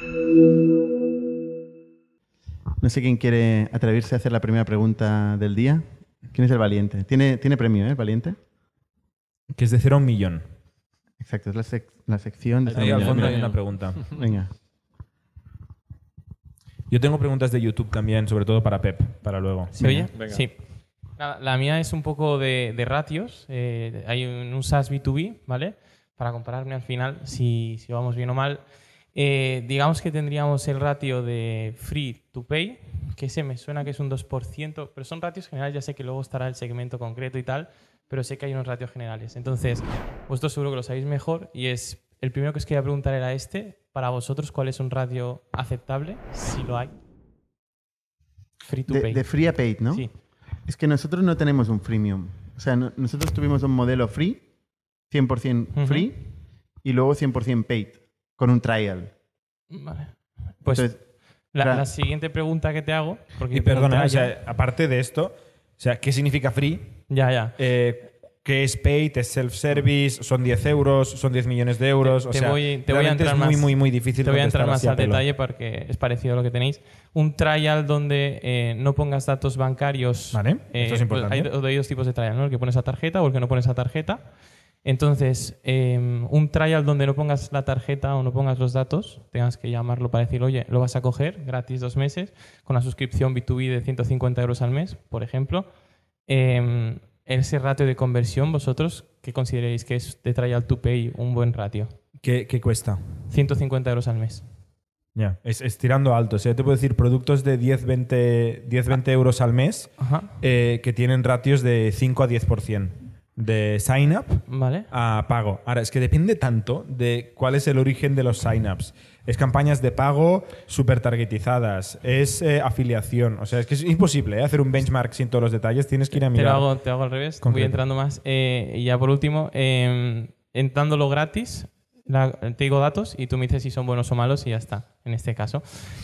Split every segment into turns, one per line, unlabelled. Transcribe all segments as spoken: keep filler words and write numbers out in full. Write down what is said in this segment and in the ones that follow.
No sé quién quiere atreverse a hacer la primera pregunta del día. ¿Quién es el valiente? ¿Tiene, tiene premio, eh, el valiente?
Que es de cero a un millón.
Exacto, es la, sec la sección de
Ahí al fondo hay
millón.
una pregunta.
Venga.
Yo tengo preguntas de YouTube también, sobre todo para Pep, para luego.
¿Se oye?
Venga.
Sí. Nada, la mía es un poco de, de ratios. Eh, hay un, un SaaS B dos B, ¿vale? Para compararme al final si, si vamos bien o mal. Eh, digamos que tendríamos el ratio de free to pay, que ese me suena que es un dos por ciento, pero son ratios generales, ya sé que luego estará el segmento concreto y tal, pero sé que hay unos ratios generales. Entonces, vosotros seguro que lo sabéis mejor y es el primero que os quería preguntar era este. Para vosotros, ¿cuál es un ratio aceptable? Si lo hay. Free to
De,
pay.
de free a paid, ¿no?
Sí.
Es que nosotros no tenemos un freemium. O sea, no, nosotros tuvimos un modelo free, cien por ciento
Ujú.
free, y luego cien por ciento paid, con un trial.
Vale. Pues
Entonces,
la,
claro.
la siguiente pregunta que te hago... Porque
Y perdona,
pregunté
o
ayer-
sea, aparte de esto, o sea, ¿qué significa free?
Ya, ya.
Eh, ¿Qué es paid? ¿Es self-service? ¿Son diez euros? ¿Son diez millones de euros?
Te-
o
te
sea,
voy- te voy a
realmente
entrar
es muy,
más-
muy, muy difícil
Te voy a entrar
contestar
más
así a
al
pelo.
detalle porque es parecido a lo que tenéis. Un trial donde eh, no pongas datos bancarios.
Vale,
eh,
esto es importante.
Hay, do- hay dos tipos de trial, ¿no? El que pones a tarjeta o el que no pones a tarjeta. Entonces, eh, un trial donde no pongas la tarjeta o no pongas los datos, tengas que llamarlo para decir, oye, lo vas a coger gratis dos meses con la suscripción B dos B de ciento cincuenta euros al mes, por ejemplo. Eh, ese ratio de conversión, vosotros, ¿qué consideráis que es de trial to pay un buen ratio?
¿Qué, qué cuesta?
ciento cincuenta euros al mes.
Ya, es, es tirando alto. O sea, yo te puedo decir productos de diez, veinte, diez, veinte euros al mes
Ajá.
eh, que tienen ratios de cinco a diez por ciento de sign-up
Vale.
a pago. Ahora, es que depende tanto de cuál es el origen de los sign-ups. Es campañas de pago súper targetizadas. Es eh, afiliación. O sea, es que es imposible ¿eh? hacer un benchmark sin todos los detalles. Tienes que ir a
Te
mirar.
lo hago, te lo hago al revés.
Concreto.
Voy entrando más. Eh, y ya por último, eh, entrándolo gratis, la- te digo datos y tú me dices si son buenos o malos y ya está, en este caso.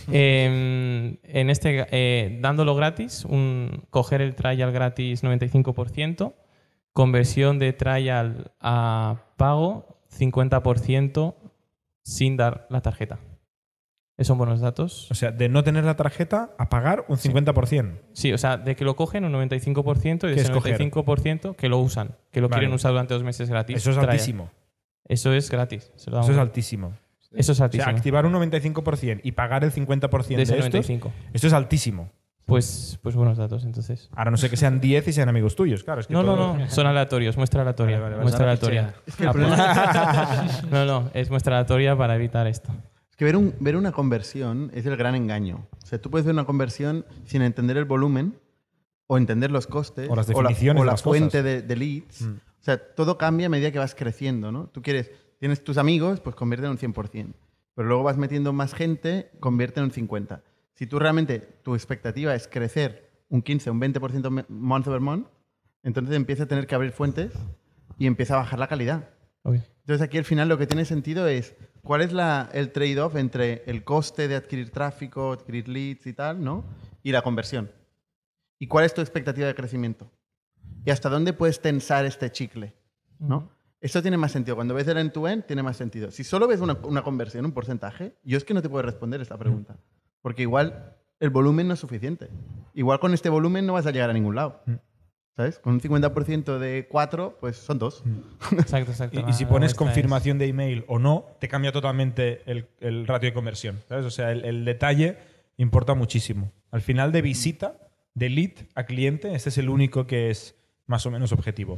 Eh, en este, eh, dándolo gratis, un, coger el trial gratis noventa y cinco por ciento, conversión de trial a pago cincuenta por ciento sin dar la tarjeta. ¿Esos son buenos datos?
O sea, de no tener la tarjeta a pagar un cincuenta por ciento.
Sí, o sea, de que lo cogen un noventa y cinco por ciento y de
¿Qué
ese
es coger?
noventa y cinco por ciento que lo usan, que lo
Vale.
quieren usar durante dos meses gratis.
Eso es
Trial.
altísimo.
Eso es gratis. Se lo damos.
Eso es altísimo.
Eso es
O
altísimo.
sea, activar un noventa y cinco por ciento y pagar el cincuenta por ciento
de
de,
ese noventa y
estos,
cinco.
esto es altísimo.
Pues, pues buenos datos, entonces.
Ahora no sé que sean diez y sean amigos tuyos, claro. Es que
No, no,
todo-
no. Son aleatorios. Muestra aleatoria.
Vale, vale, vale.
Muestra
Ahora
aleatoria.
Es que el problema
No, no. Es muestra aleatoria para evitar esto.
es que ver, un, ver una conversión es el gran engaño. O sea, tú puedes ver una conversión sin entender el volumen o entender los costes
O las
la-
definiciones
o
de
la
las
fuente
cosas.
de, de leads.
Mm.
O sea, todo cambia a medida que vas creciendo, ¿no? Tú quieres, tienes tus amigos, pues convierte en un cien por ciento. Pero luego vas metiendo más gente, convierte en un cincuenta por ciento. Si tú realmente, tu expectativa es crecer un quince, un veinte por ciento me- month over month, entonces empieza a tener que abrir fuentes y empieza a bajar la calidad.
Ok.
Entonces aquí al final lo que tiene sentido es cuál es la, el trade-off entre el coste de adquirir tráfico, adquirir leads y tal, ¿no? Y la conversión. ¿Y cuál es tu expectativa de crecimiento? ¿Y hasta dónde puedes tensar este chicle? ¿no? Esto tiene más sentido. Cuando ves el end-to-end, tiene más sentido. Si solo ves una, una conversión, un porcentaje, yo es que no te puedo responder esta pregunta. Porque igual el volumen no es suficiente. Igual con este volumen no vas a llegar a ningún lado. ¿Sabes? Con un cincuenta por ciento de cuatro, pues son dos.
Exacto, exacto.
Y, y
La-
si
la
pones
muestra
confirmación de email o no, te cambia totalmente el, el ratio de conversión. ¿Sabes? O sea, el, el detalle importa muchísimo. Al final de visita, de lead a cliente, este es el único que es más o menos objetivo.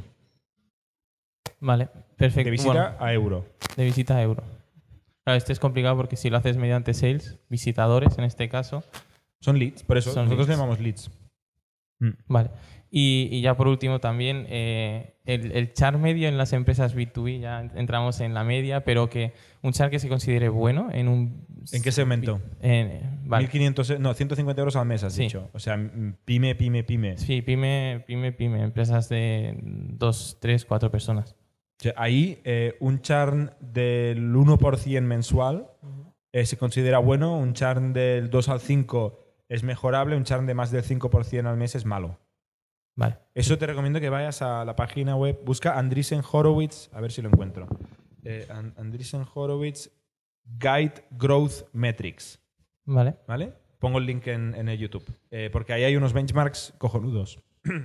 es- Vale, perfecto.
De visita
Bueno,
a euro.
de visita a euro. Claro, este es complicado porque si lo haces mediante sales, visitadores en este caso.
Son leads, por eso
Son
nosotros
leads.
le llamamos leads. Mm.
Vale. Y, y ya por último también eh, el, el char medio en las empresas B dos B, ya entramos en la media, pero que un char que se considere bueno en un...
¿En qué segmento?
En, vale.
mil quinientos, no, ciento cincuenta euros al mes, has
Sí.
dicho. O sea, mm, pyme, pyme, pyme.
Sí, pyme, pyme, pyme, empresas de dos, tres, cuatro personas.
O sea, ahí eh, un churn del uno por ciento mensual eh, se considera bueno, un churn del dos al cinco es mejorable, un churn de más del cinco por ciento al mes es malo.
Vale.
Eso te recomiendo que vayas a la página web, busca Andreessen Horowitz, a ver si lo encuentro. Eh, And- Andreessen Horowitz, Guide Growth Metrics.
Vale.
¿Vale? Pongo el link en, en el YouTube. Eh, porque ahí hay unos benchmarks cojonudos.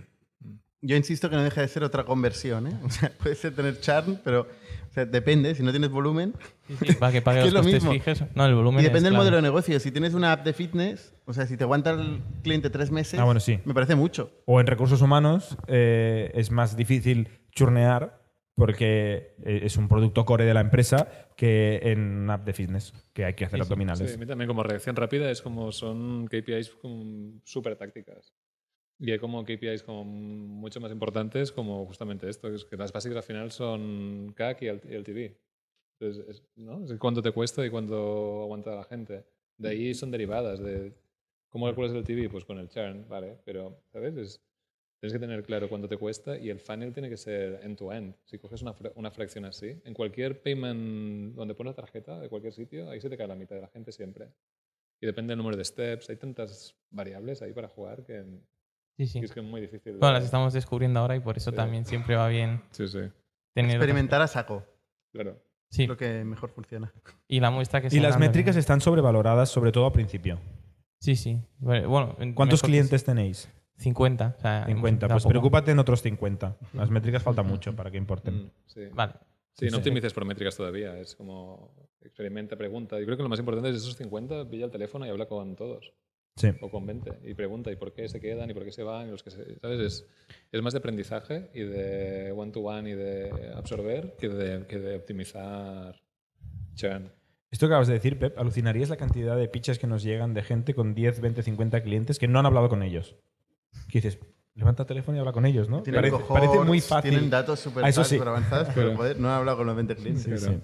Yo insisto que no deja de ser otra conversión, ¿eh? O sea, puede ser tener churn, pero o sea, depende. Si no tienes volumen,
Sí, sí, para que pague
Es que
los
es lo
costes
mismo.
fijos. No, el volumen
y depende
es
del
clave.
modelo de negocio. Si tienes una app de fitness, o sea, si te aguanta el cliente tres meses,
Ah, bueno, sí.
me parece mucho.
O en recursos humanos eh, es más difícil churnear porque eh, es un producto core de la empresa que en una app de fitness, que hay que hacer
Sí, sí.
abdominales.
Sí, a mí también como reacción rápida es como son K P Is como súper tácticas. Y hay como K P Is como mucho más importantes como justamente esto, que es que las básicas al final son C A C y el, y el T V. Entonces, es, ¿no? Es cuánto te cuesta y cuánto aguanta la gente. De ahí son derivadas de cómo calculas el T V, pues con el churn, vale, pero ¿sabes? Es, tienes que tener claro cuánto te cuesta y el funnel tiene que ser end-to-end. Si coges una, fra- una fracción así, en cualquier payment donde pones tarjeta de cualquier sitio, ahí se te cae la mitad de la gente siempre. Y depende del número de steps, hay tantas variables ahí para jugar que,
Sí, sí.
que es que es muy difícil. de-
Bueno, las estamos descubriendo ahora y por eso
Sí.
también siempre va bien
Sí, sí,
tener...
Experimentar a saco.
claro.
Sí,
Lo que mejor funciona.
y la muestra que
Y
sea
las
grande,
métricas
¿no?
están sobrevaloradas, sobre todo al principio.
Sí, sí. Bueno, en-
¿Cuántos
mejor que
clientes tenéis?
cincuenta. O sea,
cincuenta. Pues
tampoco-
preocúpate en otros cincuenta. Las métricas faltan mucho para que importen.
Mm, sí.
Vale.
Sí, no
Sí.
optimices por métricas todavía. Es como experimenta, pregunta. Yo creo que lo más importante es esos cincuenta, pilla el teléfono y habla con todos.
Sí.
O con veinte. Y pregunta, ¿y por qué se quedan? ¿Y por qué se van? Y los que se, ¿sabes? Es, es más de aprendizaje y de one-to-one y de absorber que de, que de optimizar churn.
Esto que acabas de decir, Pep, alucinarías la cantidad de pitches que nos llegan de gente con diez, veinte, cincuenta clientes que no han hablado con ellos. Que dices, levanta el teléfono y habla con ellos, ¿no?
Tienen
Parece,
cohorts,
parece muy fácil.
Tienen datos súper
Ah, eso sí.
avanzados, pero joder, no han hablado con los veinte clientes.
Sí, sí.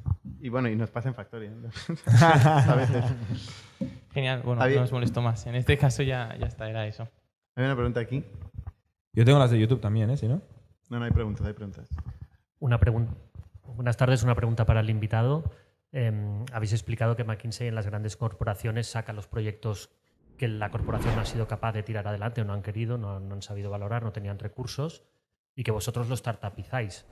Y bueno, y nos pasa en Factoria. ¿no? A veces.
Genial. Bueno,
Había-
no os molesto más. En este caso ya, ya está, era eso.
Hay una pregunta aquí.
Yo tengo las de YouTube también, ¿eh? Si no.
No, no hay preguntas, hay preguntas.
Una pregunta. Buenas tardes, una pregunta para el invitado. Eh, habéis explicado que McKinsey en las grandes corporaciones saca los proyectos que la corporación no ha sido capaz de tirar adelante o no han querido, no, no han sabido valorar, no tenían recursos y que vosotros los startupizáis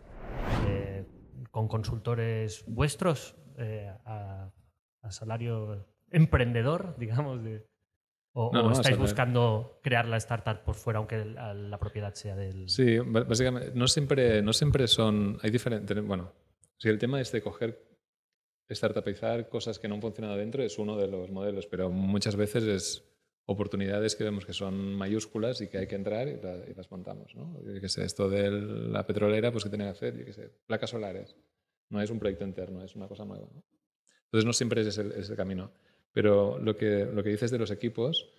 eh, con consultores vuestros eh, a, a salario emprendedor, digamos, de, o,
No,
o
no,
estáis
salario.
buscando crear la startup por fuera aunque la, la propiedad sea del...
Sí, b- básicamente, no siempre, no siempre son. Hay diferentes. Bueno, si el tema es de coger, startupizar cosas que no han funcionado dentro, es uno de los modelos, pero muchas veces es oportunidades que vemos que son mayúsculas y que hay que entrar y, la- y las montamos, ¿no? Yo qué sé, esto de la petrolera, pues ¿qué tiene que hacer? Yo qué sé, placas solares. No es un proyecto interno, es una cosa nueva, ¿no? Entonces no siempre es ese, ese camino. Pero lo que, lo que dices de los equipos,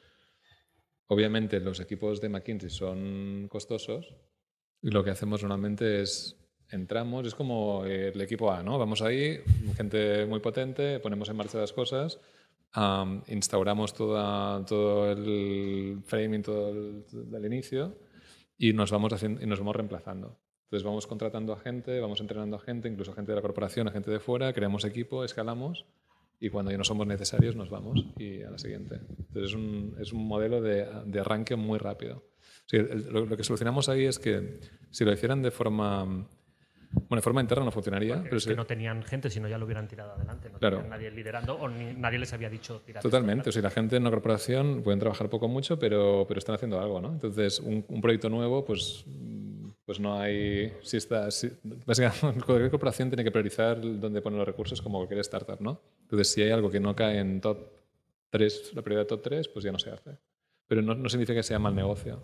obviamente los equipos de McKinsey son costosos y lo que hacemos normalmente es entramos, es como el equipo A, ¿no? Vamos ahí, gente muy potente, ponemos en marcha las cosas, um, instauramos toda, todo el framing, todo el, del inicio y nos vamos haciendo, y nos vamos reemplazando. Entonces vamos contratando a gente, vamos entrenando a gente, incluso a gente de la corporación, a gente de fuera, creamos equipo, escalamos y cuando ya no somos necesarios nos vamos y a la siguiente. Entonces es un, es un modelo de, de arranque muy rápido. Sí, el, lo, lo que solucionamos ahí es que si lo hicieran de forma... Bueno, de forma interna no funcionaría.
Porque
Pero
es
si-
que no tenían gente, si no ya lo hubieran tirado adelante. No
Claro.
tenían nadie liderando o ni- nadie les había dicho tirar.
Totalmente. O
esto
sea, la gente en una corporación pueden trabajar poco o mucho, pero, pero están haciendo algo, ¿no? Entonces, un, un proyecto nuevo, pues, mm, pues no hay... Si está, si- básicamente, cualquier corporación tiene que priorizar dónde pone los recursos como cualquier startup, ¿no? Entonces, si hay algo que no cae en top tres, la prioridad top tres, pues ya no se hace. Pero no, no significa que sea mal negocio.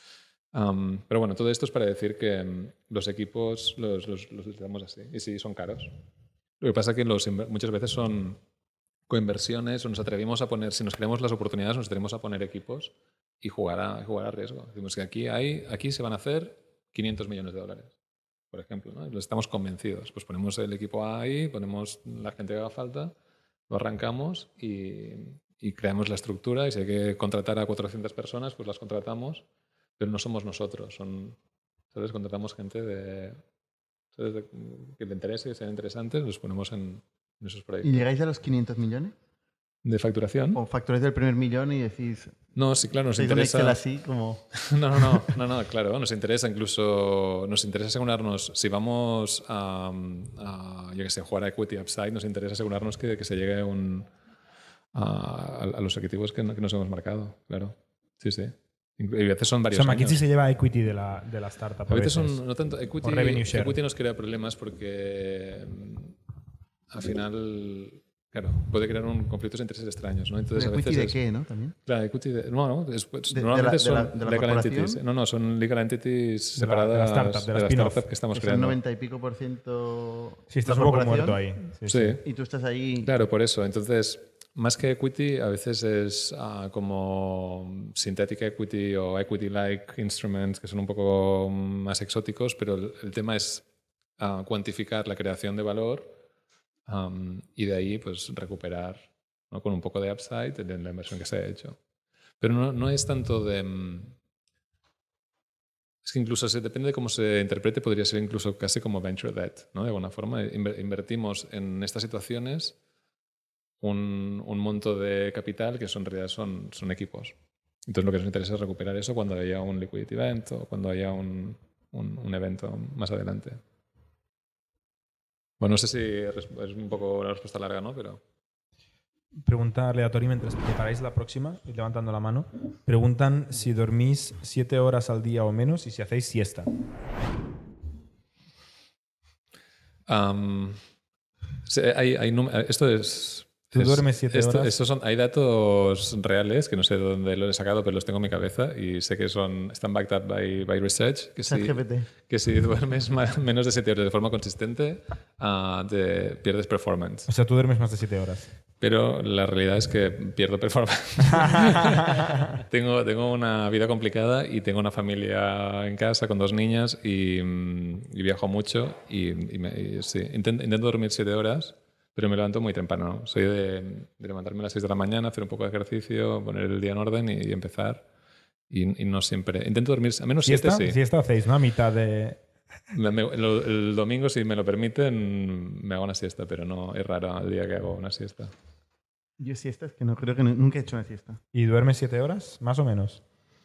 Um, pero bueno, todo esto es para decir que mm, los equipos los, los, los utilizamos así. Y sí, son caros. Lo que pasa es que los, inver- muchas veces son coinversiones o nos atrevimos a poner, si nos creemos las oportunidades, nos atrevimos a poner equipos y jugar a, jugar a riesgo. Decimos que aquí, hay, aquí se van a hacer quinientos millones de dólares, por ejemplo, ¿no? Y lo estamos convencidos. Pues ponemos el equipo A ahí, ponemos la gente que haga falta, lo arrancamos y, y creamos la estructura y si hay que contratar a cuatrocientas personas, pues las contratamos, pero no somos nosotros, son, ¿sabes? Contratamos gente de, ¿sabes? De- que le interese, que sean interesantes, los ponemos en, en esos
¿Y
proyectos.
llegáis a los quinientos millones?
¿De facturación?
¿O facturáis del primer millón y decís,
No, sí, claro, nos
Sois un
interesa.
Excel así como...
No, no, no, no, no, claro, nos interesa incluso, nos interesa asegurarnos, si vamos a, a yo que sé, jugar a Equity Upside, nos interesa asegurarnos que, que se llegue un, a, a los objetivos que, que nos hemos marcado, claro. Sí, sí. Y a veces son
O
varios
sea, McKinsey
años.
se lleva equity de la, de la startup.
A veces son, no tanto,
O
equity,
revenue share.
equity nos crea problemas porque mm, al final, claro, puede crear un conflictos de intereses extraños, ¿no? Entonces, a
¿Equity
veces
de
es-
qué, no? También.
Claro, equity de, no, no, es, pues,
De- de
normalmente
la- de
son
la- de la
legal
corporación.
entities. No, no, son legal entities
De la- de la
separadas
startup, de la
de la
spin-off.
startup que estamos
Que son
creando.
noventa y pico por ciento...
Sí, estás
la
un poco
corporación,
muerto ahí. Sí, sí.
Sí,
Y tú estás ahí...
claro, por eso. Entonces, más que equity, a veces es ah, como synthetic equity o equity-like instruments que son un poco más exóticos, pero el, el tema es ah, cuantificar la creación de valor am, y de ahí pues recuperar, ¿no? Con un poco de upside de la inversión que se ha hecho. Pero no, no es tanto de... mm, Es que incluso se, depende de cómo se interprete, podría ser incluso casi como venture debt, ¿no? De alguna forma, Inver- invertimos en estas situaciones un, un monto de capital que son, en realidad son, son equipos. Entonces lo que nos interesa es recuperar eso cuando haya un liquidity event o cuando haya un, un, un evento más adelante. Bueno, no sé si es es un poco una respuesta larga, ¿no? Pero
Pregunta aleatoria mientras preparáis la próxima, y levantando la mano. Preguntan si dormís siete horas al día o menos y si hacéis siesta.
um, sí, hay, hay num- esto es...
¿Tú
es-
duermes siete
esto-
horas?
estos son, hay datos reales que no sé de dónde los he sacado, pero los tengo en mi cabeza y sé que son, están backed up by, by research. Que si,
ChatGPT.
que si duermes ma- menos de siete horas de forma consistente, ah, te pierdes performance.
O sea, tú duermes más de siete horas.
Pero la realidad es que pierdo performance. tengo, tengo una vida complicada y tengo una familia en casa con dos niñas y, mm, y viajo mucho y, y me- y sí, intento, intento dormir siete horas, pero me levanto muy temprano. Soy de, de levantarme a las seis de la mañana, hacer un poco de ejercicio, poner el día en orden y, y empezar. Y, y no siempre... Intento dormir a menos siete,
¿Siesta?
sí.
¿Siesta hacéis, no? A mitad de...
Me- me- lo- el domingo, si me lo permiten, me hago una siesta, pero no es raro el día que hago una siesta.
Yo siestas que no, creo que no- nunca he hecho una siesta.
¿Y duermes siete horas? Más o menos.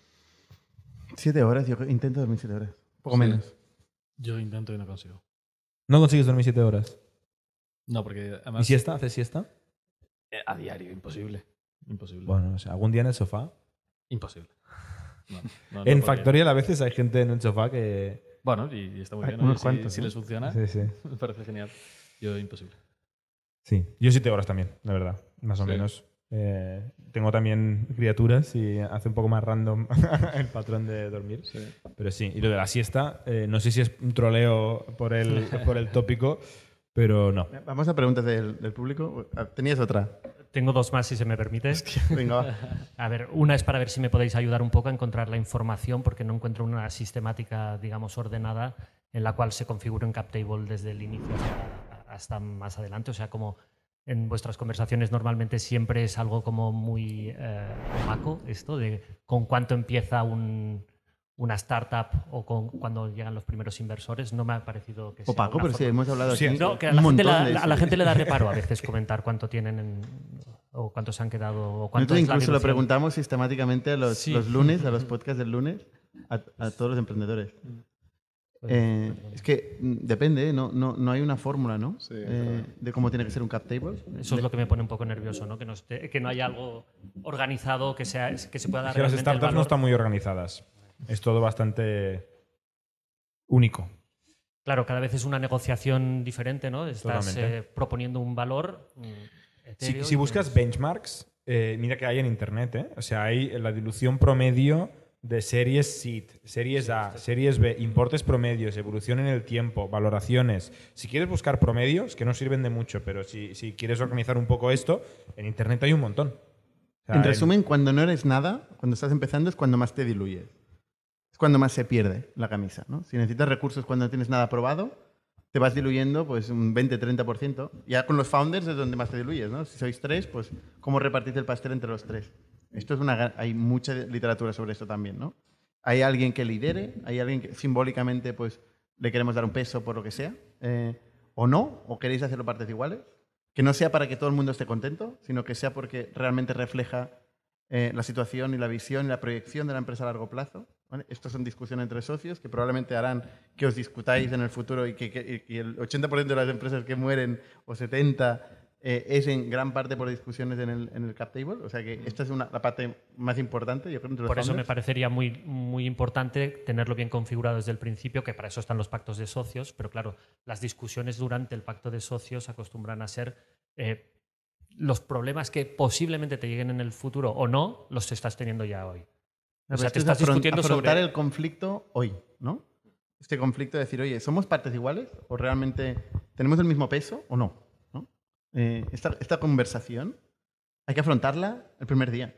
Siete horas, yo intento dormir siete horas. Poco
Sí.
menos.
Yo intento y no consigo.
¿No consigues dormir siete horas?
No, porque
¿Y
además...
siesta? ¿Haces siesta?
eh, A diario, imposible. Imposible.
Bueno, o sea, algún día en el sofá.
Imposible. No, no, no
En
podría.
Factorial a veces hay gente en el sofá que...
Bueno, y, y está muy
Hay
bien.
unos
oye, si-
cuantos,
si
¿no?
les funciona,
Sí, sí.
me parece genial. Yo imposible.
Sí, yo siete horas también, la verdad, más o
Sí.
menos. Eh, tengo también criaturas y hace un poco más random el patrón de dormir.
Sí.
Pero sí, y lo de la siesta, eh, no sé si es un troleo por el, por el tópico, pero no.
Vamos a preguntas del, del público. ¿Tenías otra?
Tengo dos más, si se me permite.
Venga, va.
A ver, una es para ver si me podéis ayudar un poco a encontrar la información, porque no encuentro una sistemática, digamos, ordenada en la cual se configure un cap table desde el inicio hasta, hasta más adelante. O sea, como en vuestras conversaciones normalmente siempre es algo como muy eh, opaco esto de con cuánto empieza un, una startup o con cuando llegan los primeros inversores. No me ha parecido que sea
Opaco,
una
pero si
forma-
hemos hablado
Sí,
aquí.
no, que a
un
la, gente,
montón
la-
de
a la
eso.
gente le da reparo a veces comentar cuánto tienen en- o cuántos han quedado o cuánto
Nosotros
es la
incluso lo
dilución.
preguntamos sistemáticamente a los,
Sí.
los lunes, a los podcasts del lunes, a, a todos los emprendedores. Eh, es que mm, depende, ¿eh? no, no, no hay una fórmula, ¿no?
Sí,
Eh, de cómo tiene que ser un cap table.
Eso es lo que me pone un poco nervioso, ¿no? Que no, esté- que no haya algo organizado que, sea, que se pueda dar
Es que las
realmente el
startups no
valor.
están muy organizadas. Es todo bastante único.
Claro, cada vez es una negociación diferente, ¿no? Estás
Totalmente.
eh, proponiendo un valor. mm,
Si,
etéreo
si
y
buscas
tienes-
benchmarks, eh, mira que hay en Internet, ¿eh? O sea, hay la dilución promedio de series seed, series A, series B, importes promedios, evolución en el tiempo, valoraciones. Si quieres buscar promedios, que no sirven de mucho, pero si, si quieres organizar un poco esto, en Internet hay un montón. O sea,
En resumen, cuando no eres nada, cuando estás empezando, es cuando más te diluyes. Es cuando más se pierde la camisa, ¿no? Si necesitas recursos cuando no tienes nada aprobado, te vas diluyendo pues un veinte a treinta por ciento. Ya con los founders es donde más te diluyes, ¿no? Si sois tres, pues ¿cómo repartís el pastel entre los tres? Esto es una, gra- hay mucha literatura sobre esto también, ¿no? Hay alguien que lidere, hay alguien que simbólicamente pues le queremos dar un peso por lo que sea, eh, o no, o queréis hacerlo partes iguales. Que no sea para que todo el mundo esté contento, sino que sea porque realmente refleja eh, la situación y la visión y la proyección de la empresa a largo plazo. ¿Vale? Estas son discusiones entre socios que probablemente harán que os discutáis en el futuro y que, que y el ochenta por ciento de las empresas que mueren o setenta por ciento eh, es en gran parte por discusiones en el, en el cap table. O sea que esta es una, la parte más importante, yo creo, entre los
Por eso me
founders.
parecería muy, muy importante tenerlo bien configurado desde el principio, que para eso están los pactos de socios, pero claro, las discusiones durante el pacto de socios acostumbran a ser eh, los problemas que posiblemente te lleguen en el futuro o no, los estás teniendo ya hoy. O sea, te estás
afron-
discutiendo
afrontar
sobre...
el conflicto hoy, ¿no? Este conflicto de decir, oye, ¿somos partes iguales? ¿O realmente tenemos el mismo peso o no? ¿No? Eh, esta, esta conversación hay que afrontarla el primer día.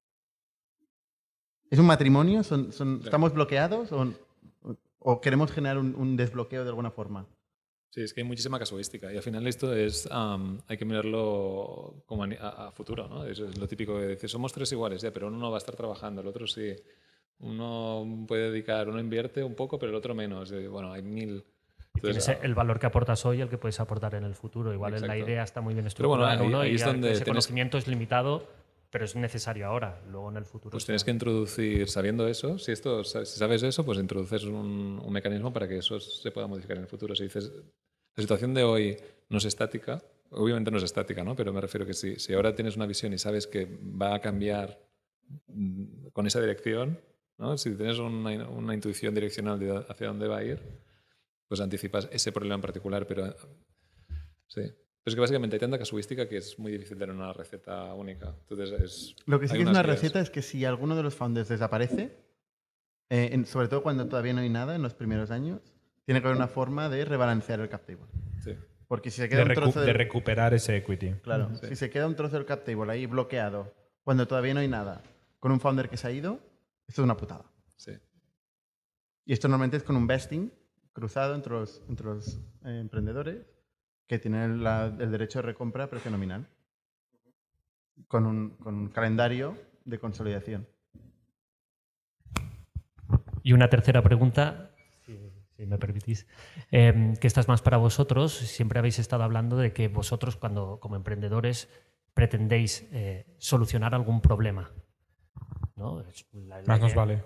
¿Es un matrimonio? ¿Son, son, ¿Estamos bloqueados? ¿O, o queremos generar un, un desbloqueo de alguna forma?
Sí, es que hay muchísima casuística y al final esto es, um, hay que mirarlo como a, a- a futuro, ¿no? Es, es lo típico que dice, somos tres iguales, ya, pero uno no va a estar trabajando, el otro sí. Uno puede dedicar, uno invierte un poco, pero el otro menos. Y, bueno, hay mil...
Y tienes
Entonces,
el valor que aportas hoy y el que puedes aportar en el futuro. Igual
Exacto.
la idea está muy bien
Pero bueno,
estructurada en
ahí-
uno
ahí
y
es
ya
donde
ese
tienes-
conocimiento es limitado, pero es necesario ahora. Luego en el futuro...
Pues
está-
tienes que introducir, sabiendo eso, si, esto, si sabes eso, pues introduces un, un mecanismo para que eso se pueda modificar en el futuro. Si dices, la situación de hoy no es estática, obviamente no es estática, ¿no? Pero me refiero que si, si ahora tienes una visión y sabes que va a cambiar mm, con esa dirección, ¿no? Si tienes una, una intuición direccional de hacia dónde va a ir, pues anticipas ese problema en particular, pero sí. Pero es que básicamente hay tanta casuística que es muy difícil tener una receta única. Entonces es,
Lo que sí
hay
que es
unas
una
guías.
receta es que si alguno de los founders desaparece, eh, en- sobre todo cuando todavía no hay nada en los primeros años, tiene que haber una forma de rebalancear el cap table.
Sí.
Porque si se queda
De,
un
recu-
trozo
de
del,
recuperar ese equity.
claro, si se queda un trozo del cap table ahí bloqueado cuando todavía no hay nada, con un founder que se ha ido, esto es una putada.
Sí.
Y esto normalmente es con un vesting cruzado entre los, entre los eh, emprendedores que tienen la- el derecho de recompra a precio nominal, con un, con un calendario de consolidación.
Y una tercera pregunta, si, si me permitís, eh, que esta es más para vosotros. Siempre habéis estado hablando de que vosotros, cuando como emprendedores, pretendéis eh, solucionar algún problema. ¿No? Es la- la
Más nos
que-
vale.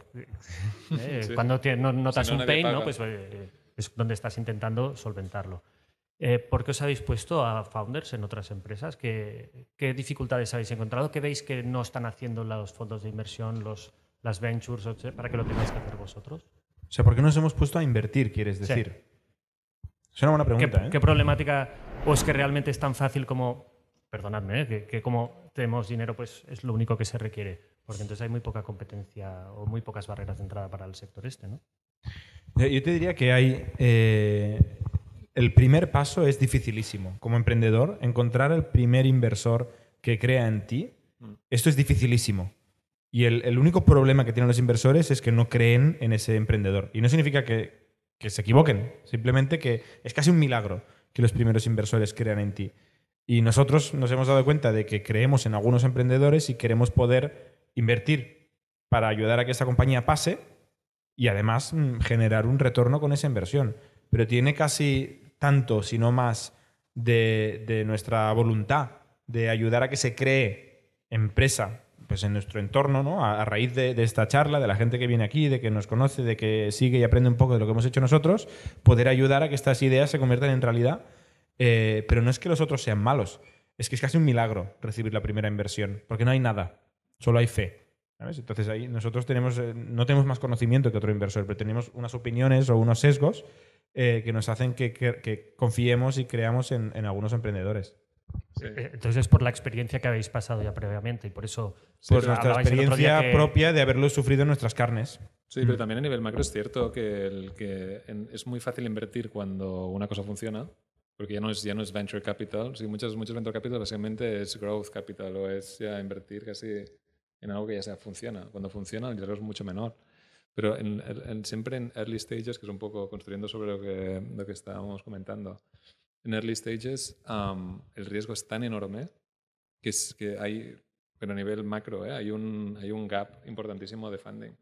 eh,
Sí.
Cuando te- no, notas
Si no,
un
nadie
pain, ¿no?
paga.
Pues, eh, es donde estás intentando solventarlo. Eh, ¿Por qué os habéis puesto a founders en otras empresas? ¿Qué, qué dificultades habéis encontrado? ¿Qué veis que no están haciendo los fondos de inversión, los, las ventures, etcétera, para que lo tengáis que hacer vosotros?
O sea, ¿por qué nos hemos puesto a invertir, quieres
Sí.
decir? Es una buena
¿Qué,
pregunta, ¿eh?
qué problemática? ¿O es que realmente es tan fácil como, perdonadme, ¿eh? que, que como tenemos dinero, pues es lo único que se requiere? Porque entonces hay muy poca competencia o muy pocas barreras de entrada para el sector este, ¿no?
Yo yo te diría que hay... eh, el primer paso es dificilísimo. Como emprendedor, encontrar el primer inversor que crea en ti, esto es dificilísimo. Y el, el único problema que tienen los inversores es que no creen en ese emprendedor. Y no significa que, que se equivoquen, simplemente que es casi un milagro que los primeros inversores crean en ti. Y nosotros nos hemos dado cuenta de que creemos en algunos emprendedores y queremos poder invertir para ayudar a que esa compañía pase y además mm, generar un retorno con esa inversión. Pero tiene casi tanto, si no más, de, de nuestra voluntad de ayudar a que se cree empresa pues en nuestro entorno, ¿no? A, a raíz de, de esta charla, de la gente que viene aquí, de que nos conoce, de que sigue y aprende un poco de lo que hemos hecho nosotros, poder ayudar a que estas ideas se conviertan en realidad. Eh, pero no es que los otros sean malos, es que es casi un milagro recibir la primera inversión, porque no hay nada, solo hay fe. ¿Sabes? Entonces ahí nosotros tenemos, eh, no tenemos más conocimiento que otro inversor, pero tenemos unas opiniones o unos sesgos eh, que nos hacen que, que- que confiemos y creamos en, en algunos emprendedores.
Sí.
Eh, Entonces es por la experiencia que habéis pasado ya previamente y por eso...
Pues nuestra
hablabais el otro día
experiencia
que-
propia de haberlo sufrido en nuestras carnes.
Sí, pero también a nivel macro es cierto que, el, que en- es muy fácil invertir cuando una cosa funciona, porque ya no es, ya no es venture capital. Sí, muchos, muchos venture capital básicamente es growth capital o es ya invertir casi en algo que ya sea funciona. Cuando funciona el riesgo es mucho menor. Pero en, en- siempre en early stages, que es un poco construyendo sobre lo que, lo que estábamos comentando, en early stages um, el riesgo es tan enorme que, es, que hay, pero a nivel macro, ¿eh? hay, un, hay un gap importantísimo de funding.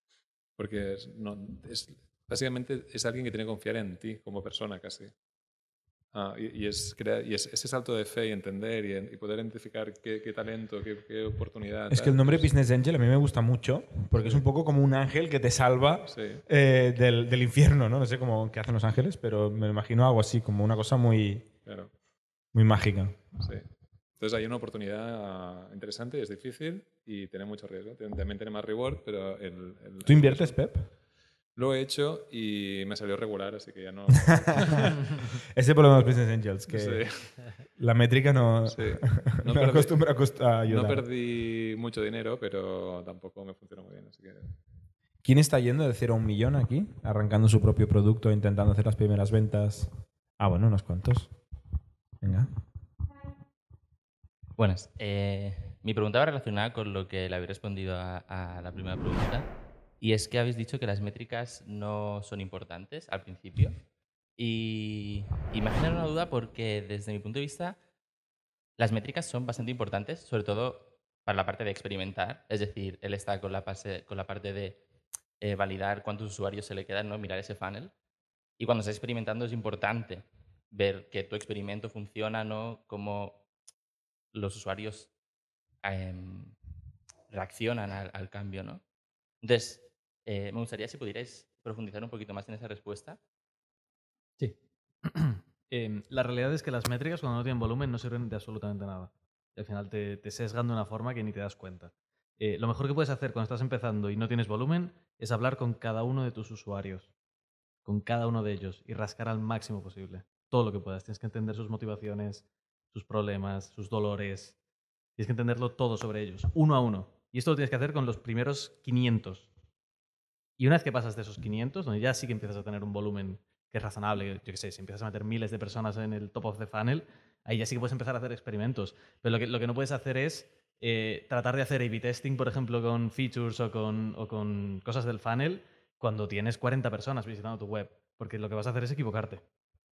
Porque es, no, es, básicamente es alguien que tiene que confiar en ti como persona casi. Ah, y, y, es crea- y es ese salto de fe y entender y, en- y poder identificar qué, qué talento, qué, qué oportunidad.
Es que
tal,
el nombre
pues,
Business Angel a mí me gusta mucho porque es un poco como un ángel que te salva
Sí.
eh, del, del infierno, ¿no? No sé cómo qué hacen los ángeles, pero me imagino algo así, como una cosa muy,
Claro,
muy mágica.
sí. Entonces hay una oportunidad interesante, es difícil y tiene mucho riesgo. Tiene- También tiene más reward, pero el... el-
¿Tú inviertes, Pep?
Lo he hecho y me salió regular, así que ya no...
Ese problema de los Business Angels, que
Sí.
la métrica no,
Sí.
no,
No perdí-
acostumbra a cost- a
No
ayudar.
perdí mucho dinero, pero tampoco me funcionó muy bien, así que...
¿Quién está yendo de cero a un millón aquí? Arrancando su propio producto, intentando hacer las primeras ventas. Ah, bueno, unos cuantos. Venga.
Buenas. Eh, mi pregunta va relacionada con lo que le habéis respondido a, a la primera pregunta. Y es que habéis dicho que las métricas no son importantes al principio. Y, y me ha generado una duda porque desde mi punto de vista las métricas son bastante importantes, sobre todo para la parte de experimentar. Es decir, él está con la, pase- con la parte de eh, validar cuántos usuarios se le quedan, ¿no? Mirar ese funnel. Y cuando estás experimentando es importante ver que tu experimento funciona, ¿no? Cómo los usuarios em, reaccionan al, al cambio, ¿no? Entonces, eh, me gustaría si pudierais profundizar un poquito más en esa respuesta.
Sí. Em, la realidad es que las métricas, cuando no tienen volumen, no sirven de absolutamente nada. Y al final te, te sesgan de una forma que ni te das cuenta. Eh, lo mejor que puedes hacer cuando estás empezando y no tienes volumen es hablar con cada uno de tus usuarios, con cada uno de ellos y rascar al máximo posible. Todo lo que puedas. Tienes que entender sus motivaciones, sus problemas, sus dolores. Tienes que entenderlo todo sobre ellos, uno a uno. Y esto lo tienes que hacer con los primeros quinientos. Y una vez que pasas de esos quinientos, donde ya sí que empiezas a tener un volumen que es razonable, yo qué sé, si empiezas a meter miles de personas en el top of the funnel, ahí ya sí que puedes empezar a hacer experimentos. Pero lo que, lo que no puedes hacer es eh, tratar de hacer A B testing, por ejemplo, con features o con, o con cosas del funnel cuando tienes cuarenta personas visitando tu web, porque lo que vas a hacer es equivocarte.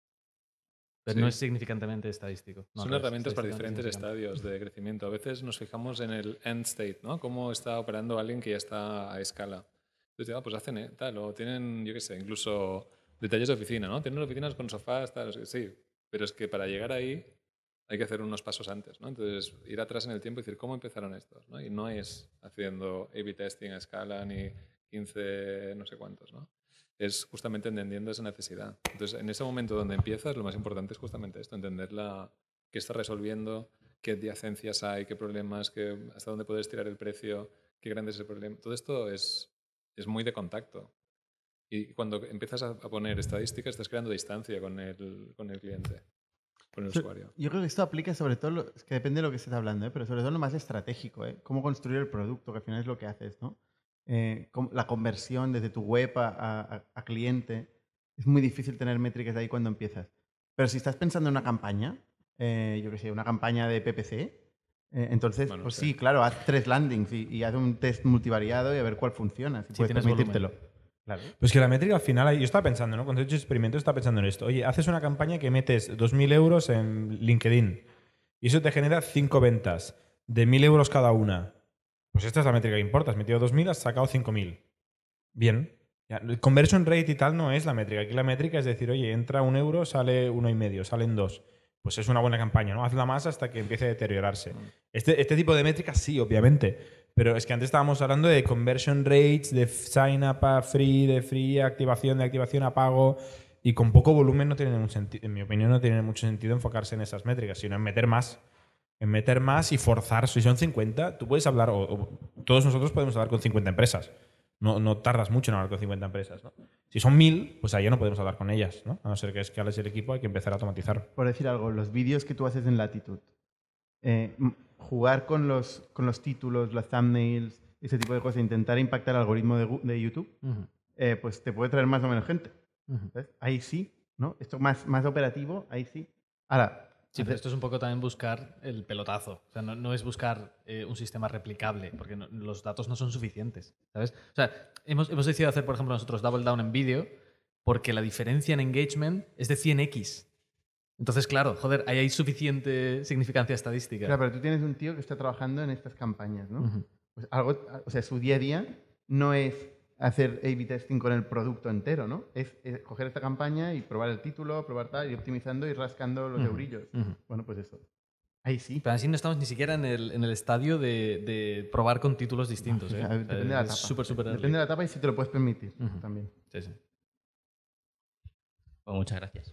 Pero
Sí.
no es significantemente estadístico. No,
Son
al revés,
herramientas para
estadísticamente
diferentes
significante.
estadios de crecimiento. A veces nos fijamos en el end state, ¿no? Cómo está operando alguien que ya está a escala. Entonces, ah, pues hacen eh, tal, o tienen, yo qué sé, incluso detalles de oficina, ¿no? Tienen oficinas con sofás, tal, sí. Pero es que para llegar ahí hay que hacer unos pasos antes, ¿no? Entonces, ir atrás en el tiempo y decir, ¿cómo empezaron estos? ¿no? Y no es haciendo A B testing a escala ni quince no sé cuántos, ¿no? Es justamente entendiendo esa necesidad. Entonces, en ese momento donde empiezas, lo más importante es justamente esto, entender la, qué está resolviendo, qué adyacencias hay, qué problemas, qué, hasta dónde puedes tirar el precio, qué grande es el problema. Todo esto es, es muy de contacto. Y cuando empiezas a, a poner estadísticas, estás creando distancia con el, con el cliente, con el
So-
usuario.
Yo creo que esto aplica sobre todo, lo- es que depende de lo que estés hablando, ¿eh? Pero sobre todo lo más estratégico, ¿eh? Cómo construir el producto, que al final es lo que haces, ¿no? Eh, cómo- la conversión desde tu web a, a- a cliente. Es muy difícil tener métricas de ahí cuando empiezas. Pero si estás pensando en una campaña, eh, yo qué sé, una campaña de P P C, eh, entonces,
Bueno,
pues
sí.
sí, claro, haz tres landings y, y haz un test multivariado y a ver cuál funciona, si
Si
puedes
tienes
permitírtelo. Claro.
Pues que la métrica al final, yo estaba pensando, ¿no? Cuando he hecho experimentos, estaba pensando en esto. Oye, haces una campaña que metes dos mil euros en LinkedIn y eso te genera cinco ventas de mil euros cada una. Pues esta es la métrica que importa. Has metido dos mil, has sacado cinco mil. Bien. Ya, el conversion rate y tal no es la métrica. Aquí la métrica es decir, oye, entra un euro, sale uno y medio, salen dos. Pues es una buena campaña, ¿no? Hazla más hasta que empiece a deteriorarse. Este, este tipo de métricas sí, obviamente. Pero es que antes estábamos hablando de conversion rates, de sign up a free, de free, activación, de activación a pago. Y con poco volumen no tiene ningún sentido, en mi opinión, no tiene mucho sentido enfocarse en esas métricas, sino en meter más. En meter más y forzar. Si son cincuenta, tú puedes hablar, o, o todos nosotros podemos hablar con cincuenta empresas. No, no tardas mucho en hablar con cincuenta empresas, ¿no? Si son mil, pues ahí ya no podemos hablar con ellas, ¿no? A no ser que escales el equipo, hay que empezar a automatizar.
Por decir algo, los vídeos que tú haces en Latitude, eh, m- jugar con los, con los títulos, las thumbnails, ese tipo de cosas, intentar impactar el algoritmo de, Gu- de YouTube,
Ujú,
eh, pues te puede traer más o menos gente.
ujú.
¿Sabes? Ahí sí, ¿no? Esto más, más operativo, ahí sí. Ahora,
Sí, pero
hacer-
esto es un poco también buscar el pelotazo. O sea, no, no es buscar eh, un sistema replicable, porque no- los datos no son suficientes, ¿sabes? O sea, hemos, hemos decidido hacer, por ejemplo, nosotros Double Down en vídeo porque la diferencia en engagement es de cien equis. Entonces, claro, joder, ahí hay suficiente significancia estadística.
Claro, pero tú tienes un tío que está trabajando en estas campañas, ¿no?
Ujú.
Pues algo, o sea, su día a día no es hacer A B testing con el producto entero, ¿no? Es, es coger esta campaña y probar el título, probar tal, y optimizando y rascando los
Ujú,
eurillos.
ujú.
Bueno, pues eso. Ahí sí.
Pero así no estamos ni siquiera en el, en el estadio de, de probar con títulos distintos. ¿eh?
A ver, depende de la
Es
etapa.
súper, súper early.
Depende de la etapa y si te lo puedes permitir
Ujú.
también.
Sí, sí.
Pues muchas gracias.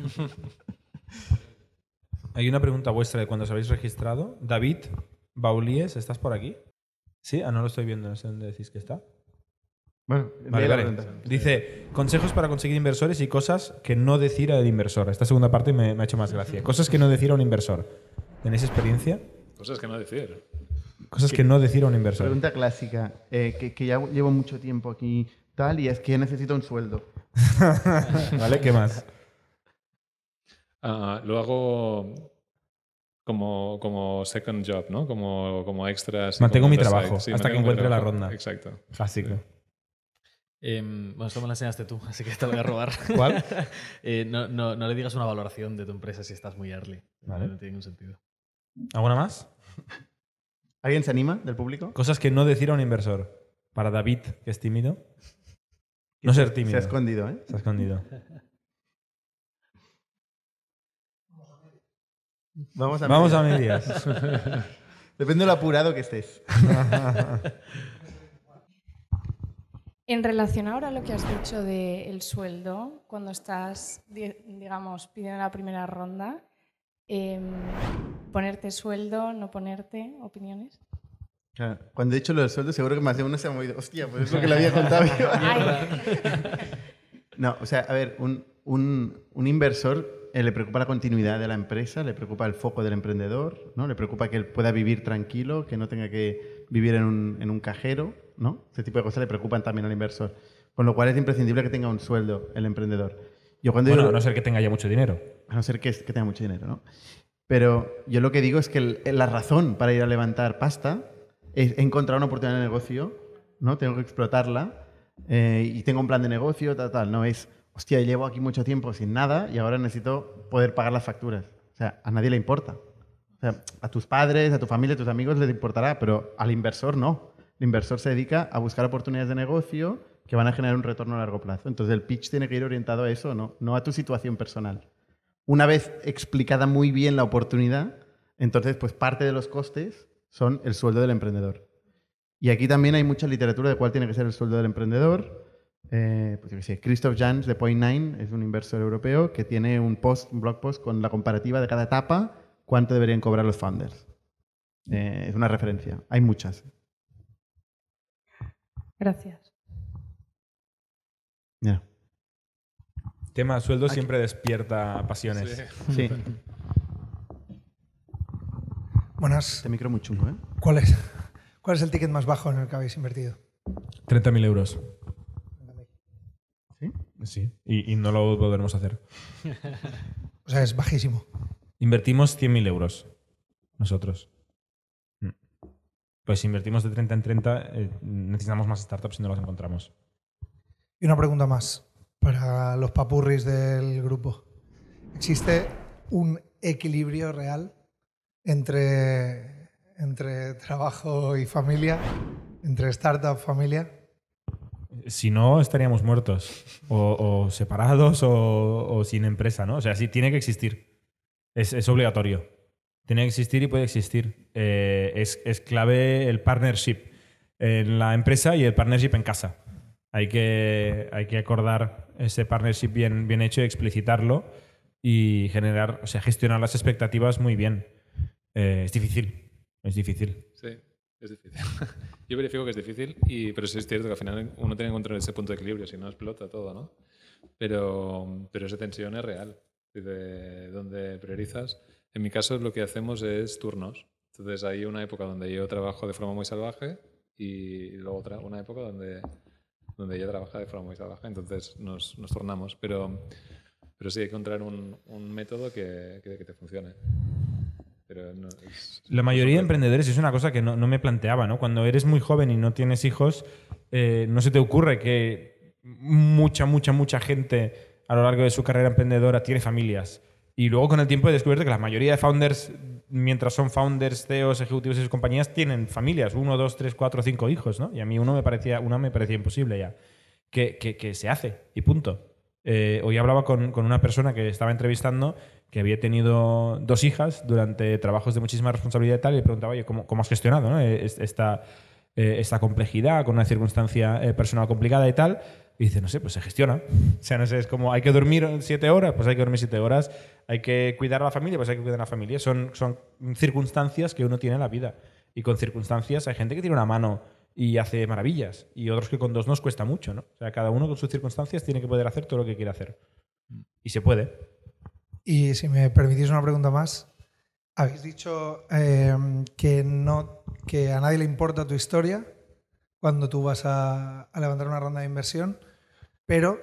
Hay una pregunta vuestra de cuando os habéis registrado. David Baulíes, ¿estás por aquí? Sí, ah, no lo estoy viendo, no sé dónde decís que está.
Bueno,
Vale,
lee la
vale.
pregunta.
Dice, consejos para conseguir inversores y cosas que no decir al inversor. Esta segunda parte me, me ha hecho más gracia. Cosas que no decir a un inversor. ¿Tenéis experiencia?
Cosas que no decir.
Cosas que no decir a un inversor.
Pregunta clásica, eh, que, que ya llevo mucho tiempo aquí tal, y es que necesito un sueldo.
¿Vale? ¿Qué más?
Ah, lo hago como, como second job, ¿no? Como, como extra. así
Mantengo
como
mi
on the side.
trabajo
Sí,
hasta que
mantengo mi
encuentre la
trabajo.
ronda.
Exacto.
Clásico.
Em, bueno, esto me lo enseñaste tú, así que te lo voy a robar.
¿Cuál?
Eh, no, no, no le digas una valoración de tu empresa si estás muy early.
Vale.
No tiene ningún sentido.
¿Alguna más?
¿Alguien se anima del público?
Cosas que no decir a un inversor. Para David, que es tímido. No ser
Se
tímido.
ha escondido, ¿eh?
Se ha escondido.
Vamos a
Vamos a
medias.
medias.
Depende de lo apurado que estés.
En relación ahora a lo que has dicho del sueldo, cuando estás, di- digamos, pidiendo la primera ronda, em, ponerte sueldo, no ponerte, opiniones.
Claro, cuando he dicho lo del sueldo, seguro que más de uno se ha movido. Hostia, pues es lo que le había contado yo.
Ay,
No, o sea, a ver, un, un, un inversor eh, le preocupa la continuidad de la empresa, le preocupa el foco del emprendedor, ¿no? Le preocupa que él pueda vivir tranquilo, que no tenga que vivir en un, en un cajero, ¿no? Ese tipo de cosas le preocupan también al inversor. Con lo cual es imprescindible que tenga un sueldo el emprendedor. Yo cuando
Bueno,
digo-
a no ser que tenga ya mucho dinero.
a no ser que, que tenga mucho dinero, ¿no? Pero yo lo que digo es que el- la razón para ir a levantar pasta es encontrar una oportunidad de negocio, ¿no? Tengo que explotarla eh, y tengo un plan de negocio, tal, tal. No es, hostia, llevo aquí mucho tiempo sin nada y ahora necesito poder pagar las facturas. O sea, a nadie le importa. O sea, a tus padres, a tu familia, a tus amigos les importará, pero al inversor no. El inversor se dedica a buscar oportunidades de negocio que van a generar un retorno a largo plazo. Entonces el pitch tiene que ir orientado a eso, no, no a tu situación personal. Una vez explicada muy bien la oportunidad, entonces pues parte de los costes son el sueldo del emprendedor. Y aquí también hay mucha literatura de cuál tiene que ser el sueldo del emprendedor. Eh, pues yo qué sé, Christoph Jans de Point Nine es un inversor europeo que tiene un post, un blog post con la comparativa de cada etapa, cuánto deberían cobrar los founders. Eh, es una referencia. Hay muchas.
gracias.
Ya.
Tema sueldo siempre despierta pasiones.
Sí.
Sí,
Buenas.
este micro muy chungo, ¿eh?
¿Cuál es, ¿Cuál es el ticket más bajo en el que habéis invertido?
treinta mil euros.
¿Sí?
Sí. Y, y no lo volveremos a hacer.
O sea, es bajísimo.
Invertimos cien mil euros. Nosotros. Mm. Pues si invertimos de treinta en treinta, eh, necesitamos más startups y no las encontramos.
Y una pregunta más para los papurris del grupo. ¿Existe un equilibrio real entre, entre trabajo y familia? ¿Entre startup, familia?
Si no, estaríamos muertos. O, o separados o, o sin empresa, ¿no? O sea, sí, tiene que existir. Es, es obligatorio. Tiene que existir y puede existir. Eh, es, es clave el partnership en la empresa y el partnership en casa. Hay que, hay que acordar ese partnership bien, bien hecho y explicitarlo y generar, o sea, gestionar las expectativas muy bien. Eh, es difícil. Es difícil.
Sí, es difícil. Yo verifico que es difícil, y, pero sí es cierto que al final uno tiene que encontrar ese punto de equilibrio, si no explota todo, ¿no? Pero, pero esa tensión es real, de donde priorizas. En mi caso lo que hacemos es turnos. Entonces hay una época donde yo trabajo de forma muy salvaje y luego otra, una época donde, donde ella trabaja de forma muy salvaje. Entonces nos, nos turnamos. Pero, pero sí hay que encontrar un, un método que, que, que te funcione. Pero no, es,
La mayoría de emprendedores es una cosa que no, no me planteaba, ¿no? Cuando eres muy joven y no tienes hijos, eh, no se te ocurre que mucha, mucha, mucha gente a lo largo de su carrera emprendedora tiene familias. Y luego con el tiempo he descubierto que la mayoría de founders mientras son founders, C E Os, ejecutivos de sus compañías, tienen familias, uno, dos, tres, cuatro, cinco hijos, ¿no? Y a mí uno me parecía, una me parecía imposible ya. Que, que, que se hace, y punto. Eh, hoy hablaba con, con una persona que estaba entrevistando que había tenido dos hijas durante trabajos de muchísima responsabilidad y tal, y le preguntaba, oye, ¿cómo, cómo has gestionado, ¿no? esta, eh, esta complejidad con una circunstancia eh, personal complicada y tal? Y dice, no sé, pues se gestiona. O sea, no sé, es como, hay que dormir siete horas, pues hay que dormir siete horas. Hay que cuidar a la familia, pues hay que cuidar a la familia. Son, son circunstancias que uno tiene en la vida. Y con circunstancias hay gente que tiene una mano y hace maravillas. Y otros que con dos nos cuesta mucho, ¿no? O sea, cada uno con sus circunstancias tiene que poder hacer todo lo que quiere hacer. Y se puede.
Y si me permitís una pregunta más. Habéis dicho eh, que, no, que a nadie le importa tu historia cuando tú vas a, a levantar una ronda de inversión, pero...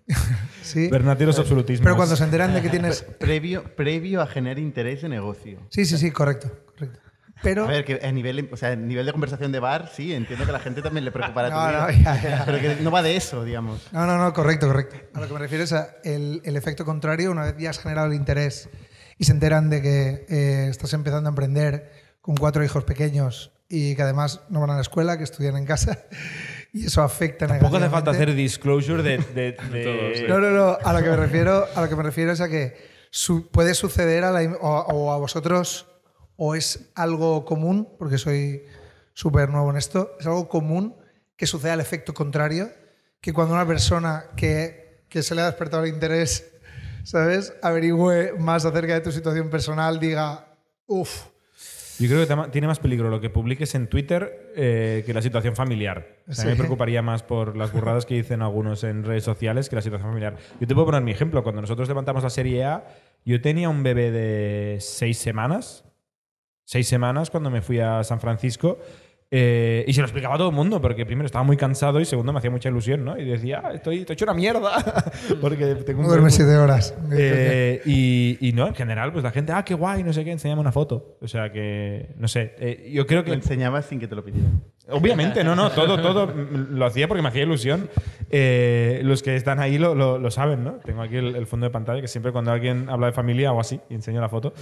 sí,
Verdaderos absolutismos.
pero cuando se enteran de que tienes...
Previo, previo a generar interés de negocio.
Sí, sí, sí, correcto. correcto. Pero...
A ver, que a nivel, o sea, a nivel de conversación de bar, sí, entiendo que a la gente también le preocupará
No,
tu vida.
no, ya, ya.
Pero que no va de eso, digamos.
No, no, no, correcto, correcto. A lo que me refiero es a el, el efecto contrario. Una vez ya has generado el interés y se enteran de que eh, estás empezando a emprender con cuatro hijos pequeños y que además no van a la escuela, que estudian en casa, y eso afecta
Tampoco
negativamente.
hace falta hacer disclosure de... de, de-
Todos, sí.
No, no, no. A lo que me refiero, a lo que me refiero es a que su- puede suceder a la, im- o, o a vosotros, o es algo común, porque soy súper nuevo en esto, es algo común que suceda el efecto contrario, que cuando una persona que, que se le ha despertado el interés, ¿sabes?, averigüe más acerca de tu situación personal, diga, uff.
Yo creo que tema- tiene más peligro lo que publiques en Twitter eh, que la situación familiar. O sea, a mí
Sí.
me preocuparía más por las burradas que dicen algunos en redes sociales que la situación familiar. Yo te puedo poner mi ejemplo. Cuando nosotros levantamos la serie A, yo tenía un bebé de seis semanas. Seis semanas cuando me fui a San Francisco. Eh, y se lo explicaba a todo el mundo, porque primero estaba muy cansado y segundo me hacía mucha ilusión, ¿no? Y decía, ah, estoy, estoy hecho una mierda. porque tengo un
No duermes
cuerpo-
siete horas.
eh, y, y no, en general, pues la gente, ah, qué guay, no sé qué, enséñame una foto. O sea que, no sé, eh, yo creo
Lo
que...
enseñabas sin que te lo pidieran.
Obviamente, no, no, todo, todo mm, lo hacía porque me hacía ilusión. Eh, los que están ahí lo, lo, lo saben, ¿no? Tengo aquí el, el fondo de pantalla que siempre cuando alguien habla de familia hago así y enseño la foto.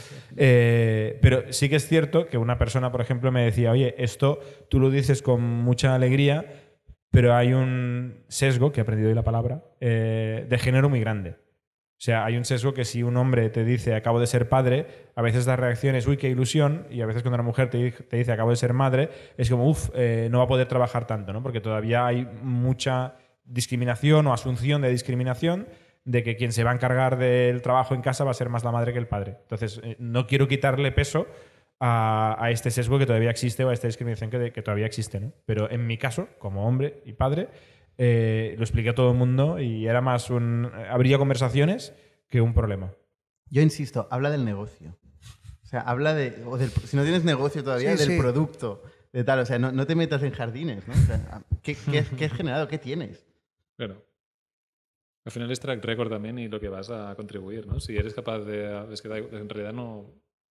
Eh, pero sí que es cierto que una persona, por ejemplo, me decía, oye, esto tú lo dices con mucha alegría, pero hay un sesgo, que he aprendido hoy la palabra, eh, de género muy grande. O sea, hay un sesgo que si un hombre te dice acabo de ser padre, a veces la reacción es uy, qué ilusión, y a veces cuando una mujer te, te dice acabo de ser madre, es como uff, eh, no va a poder trabajar tanto, ¿no? Porque todavía hay mucha discriminación o asunción de discriminación de que quien se va a encargar del trabajo en casa va a ser más la madre que el padre. Entonces, eh, no quiero quitarle peso a, a este sesgo que todavía existe o a esta discriminación que, que todavía existe, ¿no? Pero en mi caso, como hombre y padre, Eh, lo expliqué a todo el mundo y era más un... Habría conversaciones que un problema.
Yo insisto, habla del negocio. O sea, habla de... O del, si no tienes negocio todavía,
Sí,
del
sí.
producto. De tal, o sea, no, no te metas en jardines, ¿no? O sea, ¿qué, qué, has- qué has generado? ¿Qué tienes?
Claro. Al final es track record también y lo que vas a contribuir, ¿no? Si eres capaz de... Es que da- en realidad no,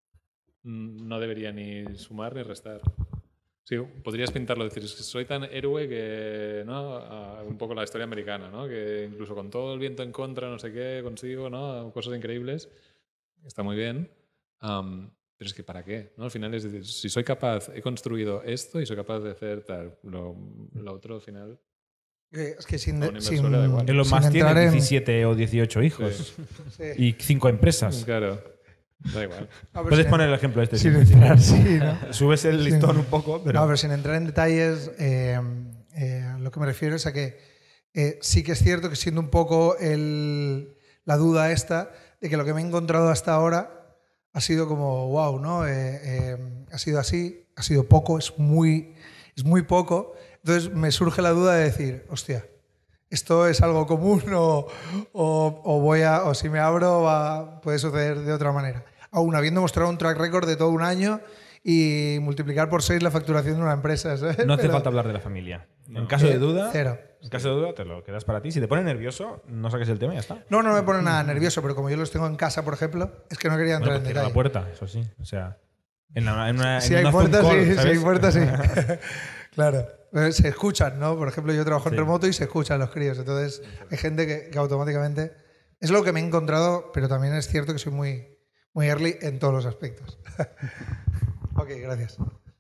no debería ni sumar ni restar. Sí, podrías pintarlo, decir, es que soy tan héroe que, ¿no? Ah, un poco la historia americana, ¿no? Que incluso con todo el viento en contra, no sé qué, consigo, ¿no? Cosas increíbles. Está muy bien. Am, pero es que ¿para qué? ¿No? Al final es decir, si soy capaz, he construido esto y soy capaz de hacer tal, lo, lo otro al final...
Eh, Es que sin,
A un
sin,
inversor le da igual.
Elon
sin
Musk tiene
entrar en-
diecisiete o dieciocho hijos
Sí.
y cinco empresas.
Claro, da igual.
No, pero
Puedes
sin-
poner el ejemplo este.
Sin
sí, sí.
entrar, sí, ¿no?
Subes el
Sí.
listón un poco, pero...
No, pero sin entrar en detalles, eh, eh, lo que me refiero es a que eh, sí que es cierto que siendo un poco el, la duda esta de que lo que me he encontrado hasta ahora ha sido como, wow, ¿no? Eh, eh, ha sido así, ha sido poco, es muy, es muy poco. Entonces me surge la duda de decir, hostia, ¿esto es algo común o, o, o voy a, o si me abro va, puede suceder de otra manera? Aún habiendo mostrado un track record de todo un año y multiplicar por seis la facturación de una empresa. ¿sabes?
No hace
Pero-
falta hablar de la familia. En caso de
Eh,
duda,
cero.
en caso de duda te lo quedas para ti. Si te pone nervioso, no saques el tema y ya está.
No, no me pone nada nervioso, pero como yo los tengo en casa, por ejemplo, es que no quería entrar
Bueno, pues
en
cierra la
detalle.
puerta, eso sí. O sea, en, la- en una,
Si
en
hay
una Zoom
puertas,
call,
sí, si
¿sabes?
hay puertas, sí. Claro. Eh, Se escuchan, ¿no? Por ejemplo, yo trabajo en
Sí.
remoto y se escuchan los críos. Entonces, hay gente que, que automáticamente... Es lo que me he encontrado, pero también es cierto que soy muy, muy early en todos los aspectos. Ok, gracias.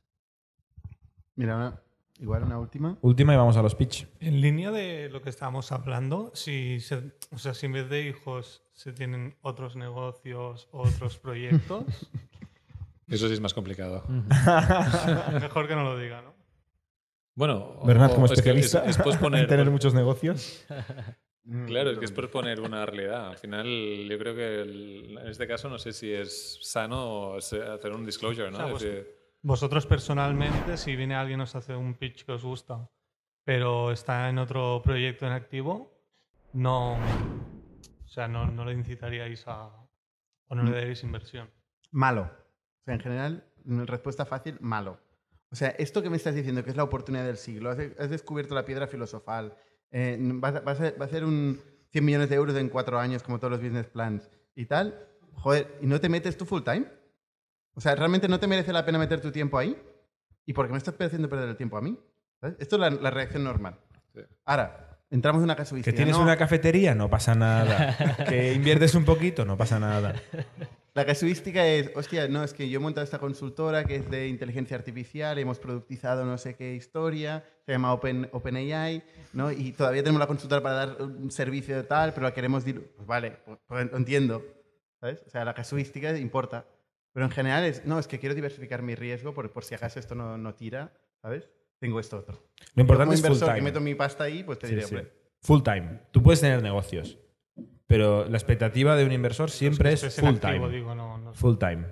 Mira, una- igual una última.
Última y vamos a los pitch.
En línea de lo que estábamos hablando, si, se- o sea, si en vez de hijos se tienen otros negocios, otros proyectos,
Eso sí es más complicado.
mejor que no lo diga, ¿no?
Bueno, o-
Bernat, como
o es que
especialista
es, es posponer,
en tener muchos negocios.
Claro, es que es posponer una realidad. Al final, yo creo que el- en este caso no sé si es sano se- hacer un disclosure, ¿no?
O sea,
Es
vos-
decir,
Vosotros personalmente, si viene alguien y os hace un pitch que os gusta, pero está en otro proyecto en activo, no, o sea, no, no le incitaríais a, o no le daríais inversión.
Malo. O sea, en general, respuesta fácil, malo. O sea, esto que me estás diciendo, que es la oportunidad del siglo, has, has descubierto la piedra filosofal, eh, vas, a- vas a, va a ser un cien millones de euros en cuatro años, como todos los business plans y tal, joder, ¿y no te metes tú full time? O sea, ¿realmente no te merece la pena meter tu tiempo ahí? ¿Y por qué me estás haciendo perder el tiempo a mí? ¿Sabes? Esto es la, la reacción normal.
Sí.
Ahora, entramos en una casuística.
Que tienes
¿no?
una cafetería, no pasa nada. Que inviertes un poquito, no pasa nada.
La casuística es, hostia, no, es que yo he montado esta consultora que es de inteligencia artificial, hemos productizado no sé qué historia, se llama Open, OpenAI, ¿no? Y todavía tenemos la consultora para dar un servicio de tal, pero la queremos... dilu- Pues vale, pues, pues lo entiendo, ¿sabes? O sea, la casuística importa. Pero en general es, no, es que quiero diversificar mi riesgo por, por si acaso esto no, no tira, ¿sabes? Tengo esto otro.
Lo importante
Como
es full
inversor
time.
que meto mi pasta ahí, pues te
Sí,
diré,
sí.
hombre,
Full time. Tú puedes tener negocios, pero la expectativa de un inversor siempre
Los que
es
estés en
full
activo,
time.
digo, no, no-
Full time.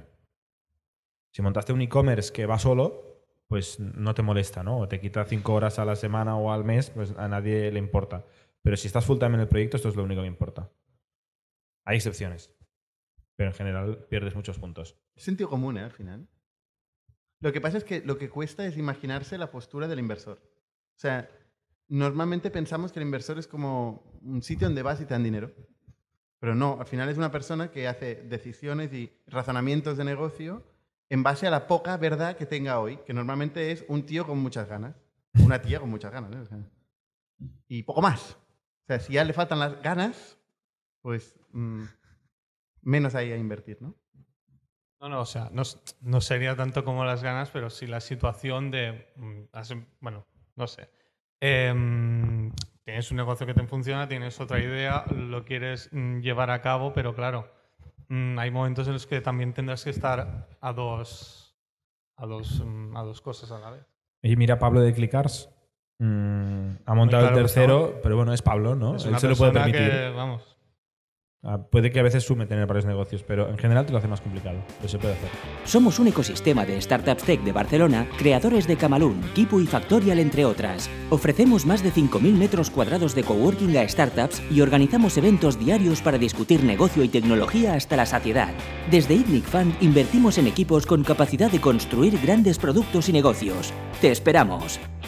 Si montaste un e-commerce que va solo, pues no te molesta, ¿no? O te quita cinco horas a la semana o al mes, pues a nadie le importa. Pero si estás full time en el proyecto, esto es lo único que importa. Hay excepciones, pero en general pierdes muchos puntos.
es sentido común, ¿eh? Al final. Lo que pasa es que lo que cuesta es imaginarse la postura del inversor. O sea, normalmente pensamos que el inversor es como un sitio donde vas y te dan dinero. Pero no, al final es una persona que hace decisiones y razonamientos de negocio en base a la poca verdad que tenga hoy, que normalmente es un tío con muchas ganas. Una tía con muchas ganas. ¿eh? O sea, y poco más. O sea, si ya le faltan las ganas, pues mm, menos hay a invertir, ¿no?
No, no, o sea, no, s- no sería tanto como las ganas, pero sí la situación de, mm, has em- bueno, no sé. Em, tienes un negocio que te funciona, tienes otra idea, lo quieres mm, llevar a cabo, pero claro, mm, hay momentos en los que también tendrás que estar a dos, a dos, mm, a dos cosas a la vez.
Y mira, Pablo de Clickars mm, ha montado
claro
el
que
tercero,
estaba.
pero bueno, es Pablo, ¿no?
Es
Él
una
se lo puede
persona
permitir.
que, vamos,
Ah, puede que a veces sume tener varios negocios, pero en general te lo hace más complicado. Pero se puede hacer.
Somos un ecosistema de startups tech de Barcelona, creadores de Camalún, Kipu y Factorial, entre otras. Ofrecemos más de cinco mil metros cuadrados de coworking a startups y organizamos eventos diarios para discutir negocio y tecnología hasta la saciedad. Desde Ipnic Fund invertimos en equipos con capacidad de construir grandes productos y negocios. ¡Te esperamos!